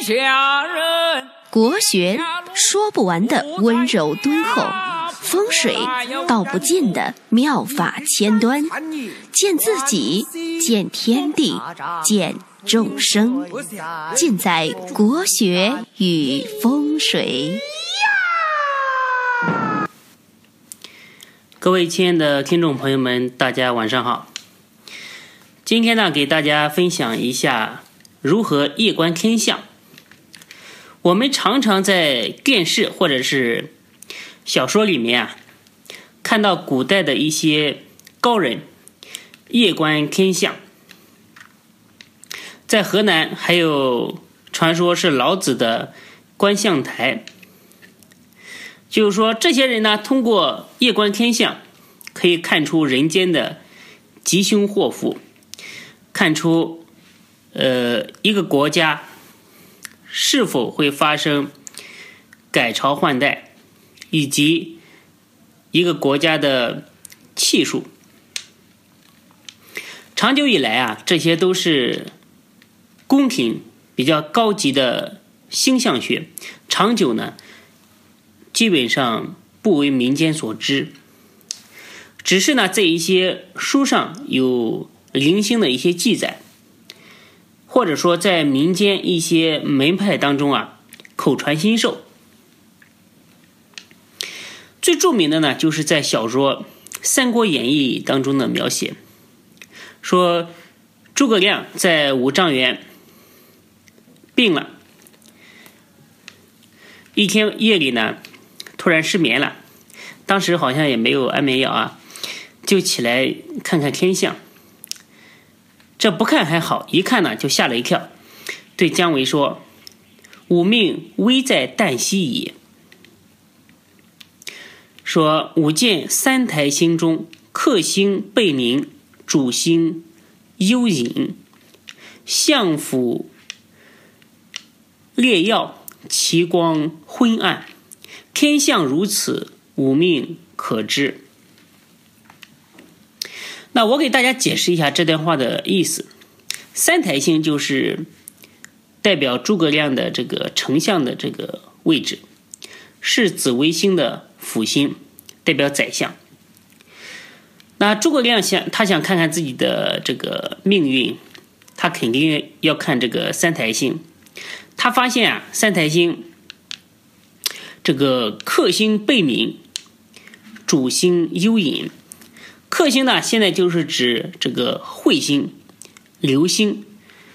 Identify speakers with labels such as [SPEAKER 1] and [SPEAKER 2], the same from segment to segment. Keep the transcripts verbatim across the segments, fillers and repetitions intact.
[SPEAKER 1] 下人。
[SPEAKER 2] 国学说不完的温柔敦厚，风水道不尽的妙法千端，见自己，见天地，见众生，尽在国学与风水。
[SPEAKER 3] 各位亲爱的听众朋友们，大家晚上好。今天呢，给大家分享一下如何夜观天象。我们常常在电视或者是小说里面啊，看到古代的一些高人夜观天象。在河南还有传说是老子的观象台，就是说这些人呢，通过夜观天象可以看出人间的吉凶祸福，看出呃一个国家是否会发生改朝换代，以及一个国家的气数。长久以来啊，这些都是宫廷比较高级的星象学，长久呢基本上不为民间所知。只是呢，在一些书上有零星的一些记载，或者说在民间一些门派当中啊，口传心授。最著名的呢，就是在小说《三国演义》当中的描写，说诸葛亮在五丈原病了，一天夜里呢，突然失眠了，当时好像也没有安眠药啊，就起来看看天象。这不看还好，一看呢就吓了一跳，对姜维说：“吾命危在旦夕也。”说吾见三台星中，克星背明，主星幽隐，相辅列耀，其光昏暗，天象如此，吾命可知。那我给大家解释一下这段话的意思。三台星就是代表诸葛亮的这个丞相的这个位置，是紫微星的辅星，代表宰相。那诸葛亮想他想看看自己的这个命运，他肯定要看这个三台星。他发现啊，三台星这个克星背明，主星幽隐。克星呢，现在就是指这个彗星、流星，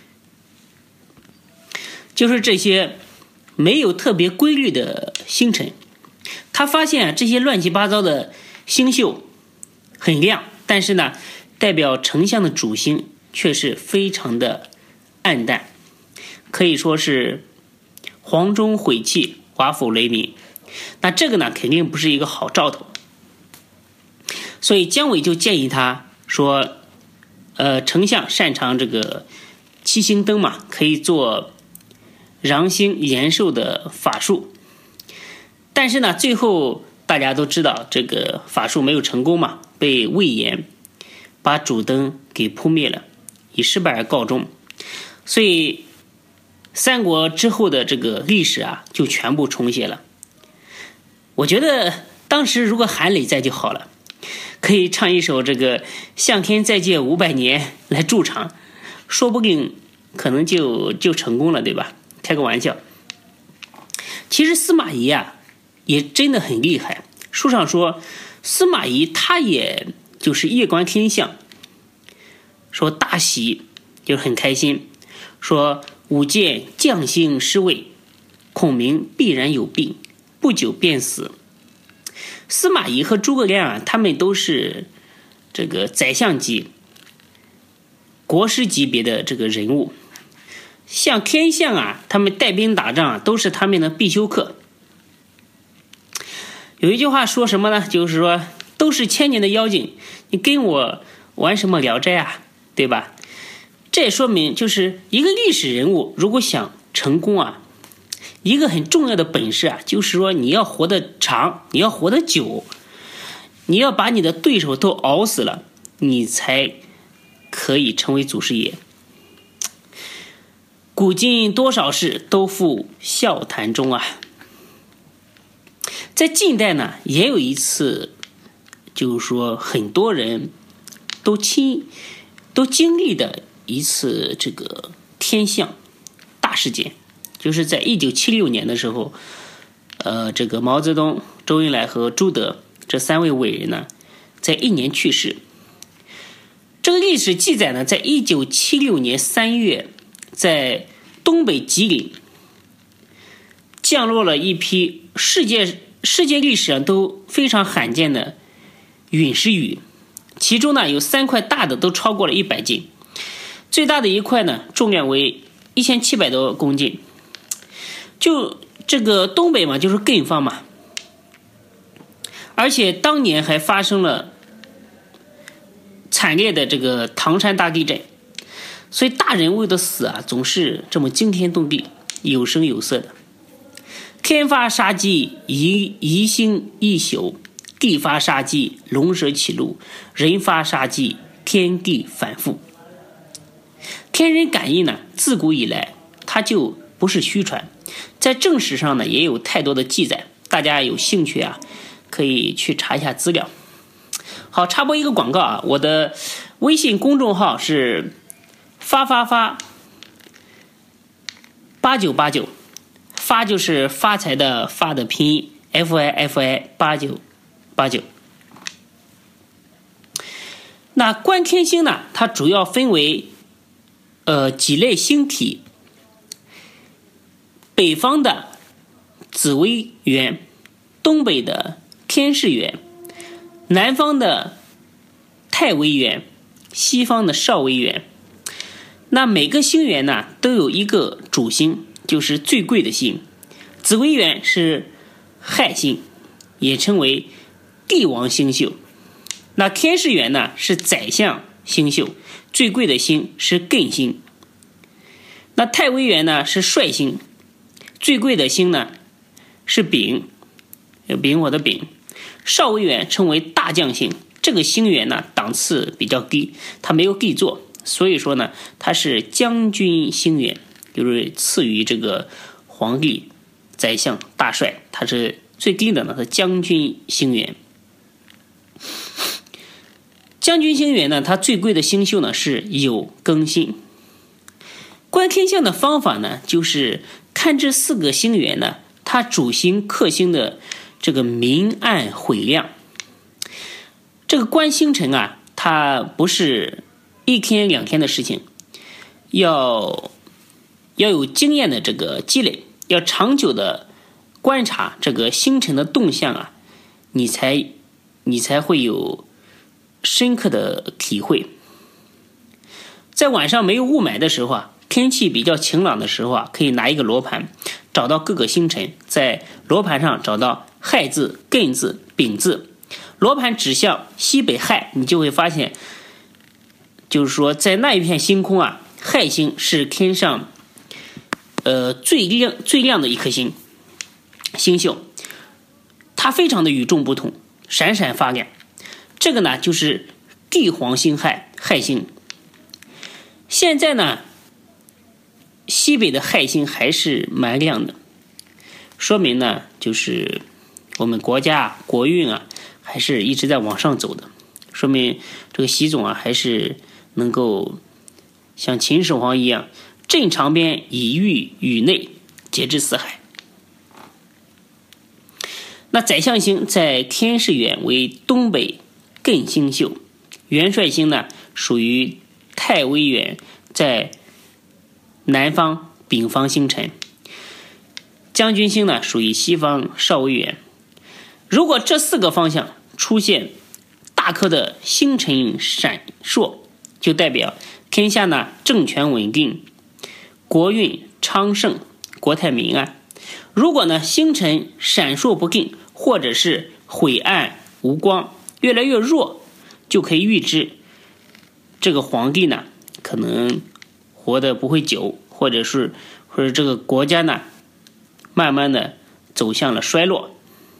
[SPEAKER 3] 就是这些没有特别规律的星辰。他发现啊，这些乱七八糟的星宿很亮，但是呢，代表丞相的主星却是非常的暗淡，可以说是黄钟毁弃，瓦釜雷鸣。那这个呢，肯定不是一个好兆头。所以姜维就建议他说，呃，丞相擅长这个七星灯嘛，可以做禳星延寿的法术。但是呢，最后大家都知道这个法术没有成功嘛，被魏延把主灯给扑灭了，以失败而告终。所以三国之后的这个历史啊，就全部重写了。我觉得当时如果韩磊在就好了，可以唱一首这个向天再借五百年来驻场，说不定可能就就成功了，对吧？开个玩笑。其实司马懿啊也真的很厉害，书上说司马懿他也就是夜观天象，说大喜，就很开心，说吾见将星失位，孔明必然有病，不久便死。司马懿和诸葛亮啊，他们都是这个宰相级、国师级别的这个人物。像天象啊，他们带兵打仗啊，都是他们的必修课。有一句话说什么呢？就是说，都是千年的妖精，你跟我玩什么聊斋啊，对吧？这也说明，就是一个历史人物如果想成功啊，一个很重要的本事啊，就是说你要活得长，你要活得久，你要把你的对手都熬死了，你才可以成为祖师爷。 古今多少事，都付笑谈中啊。在近代呢，也有一次，就是说很多人都亲都经历的一次这个天象大事件，就是在一九七六年的时候，呃，这个毛泽东、周恩来和朱德这三位伟人呢，在一年去世。这个历史记载呢，在一九七六年三月，在东北吉林降落了一批世界世界历史上都非常罕见的陨石雨，其中呢有三块大的都超过了一百斤，最大的一块呢重量为一千七百多公斤。就这个东北嘛，就是艮方嘛，而且当年还发生了惨烈的这个唐山大地震，所以大人物的死啊，总是这么惊天动地、有声有色的。天发杀机，宜宜兴一宿；地发杀机，龙蛇起路；人发杀机，天地反复。天人感应呢，自古以来它就不是虚传，在正史上呢也有太多的记载，大家有兴趣啊，可以去查一下资料。好，插播一个广告啊，我的微信公众号是发发发八九八九，发就是发财的发的拼音 F I F I 八九八九。那观天星呢，它主要分为呃几类星体，北方的紫微垣，东北的天市垣，南方的太微垣，西方的少微垣。那每个星垣呢都有一个主星，就是最贵的星。紫微垣是亥星，也称为帝王星宿。那天市垣呢是宰相星宿，最贵的星是艮星。那太微垣呢是帅星，最贵的星呢是丙，丙火的丙。少微垣称为大将星，这个星垣呢档次比较低，它没有地座，所以说呢它是将军星垣，就是次于这个皇帝、宰相、大帅，它是最低的呢是将军星垣。将军星垣呢，它最贵的星宿呢是酉庚辛。观天象的方法呢，就是看这四个星垣呢，它主星克星的这个明暗晦亮。这个观星辰啊，它不是一天两天的事情，要要有经验的这个积累，要长久的观察这个星辰的动向啊，你才你才会有深刻的体会。在晚上没有雾霾的时候啊，天气比较晴朗的时候啊，可以拿一个罗盘，找到各个星辰，在罗盘上找到亥字、艮字、丙字，罗盘指向西北亥，你就会发现，就是说在那一片星空啊，亥星是天上呃最亮最亮的一颗星星宿，它非常的与众不同，闪闪发亮。这个呢就是帝皇星亥，亥星。现在呢西北的亥星还是蛮亮的，说明呢就是我们国家国运啊还是一直在往上走的，说明这个习总啊还是能够像秦始皇一样，镇长边以御宇内，节制四海。那宰相星在天市垣为东北艮星宿，元帅星呢属于太微垣，在南方丙方星辰，将军星呢属于西方少微垣。如果这四个方向出现大颗的星辰闪烁，就代表天下呢政权稳定，国运昌盛，国泰民安。如果呢星辰闪烁不定，或者是晦暗无光，越来越弱，就可以预知这个皇帝呢可能活得不会久，或者是或者这个国家呢慢慢的走向了衰落。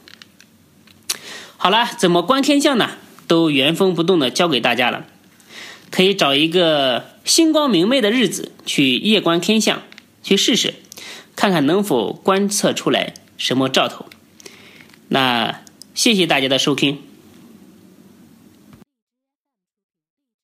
[SPEAKER 3] 好了，怎么观天象呢都原封不动的教给大家了，可以找一个星光明媚的日子去夜观天象， 去试试，看看能否观测出来什么兆头。那谢谢大家的收听。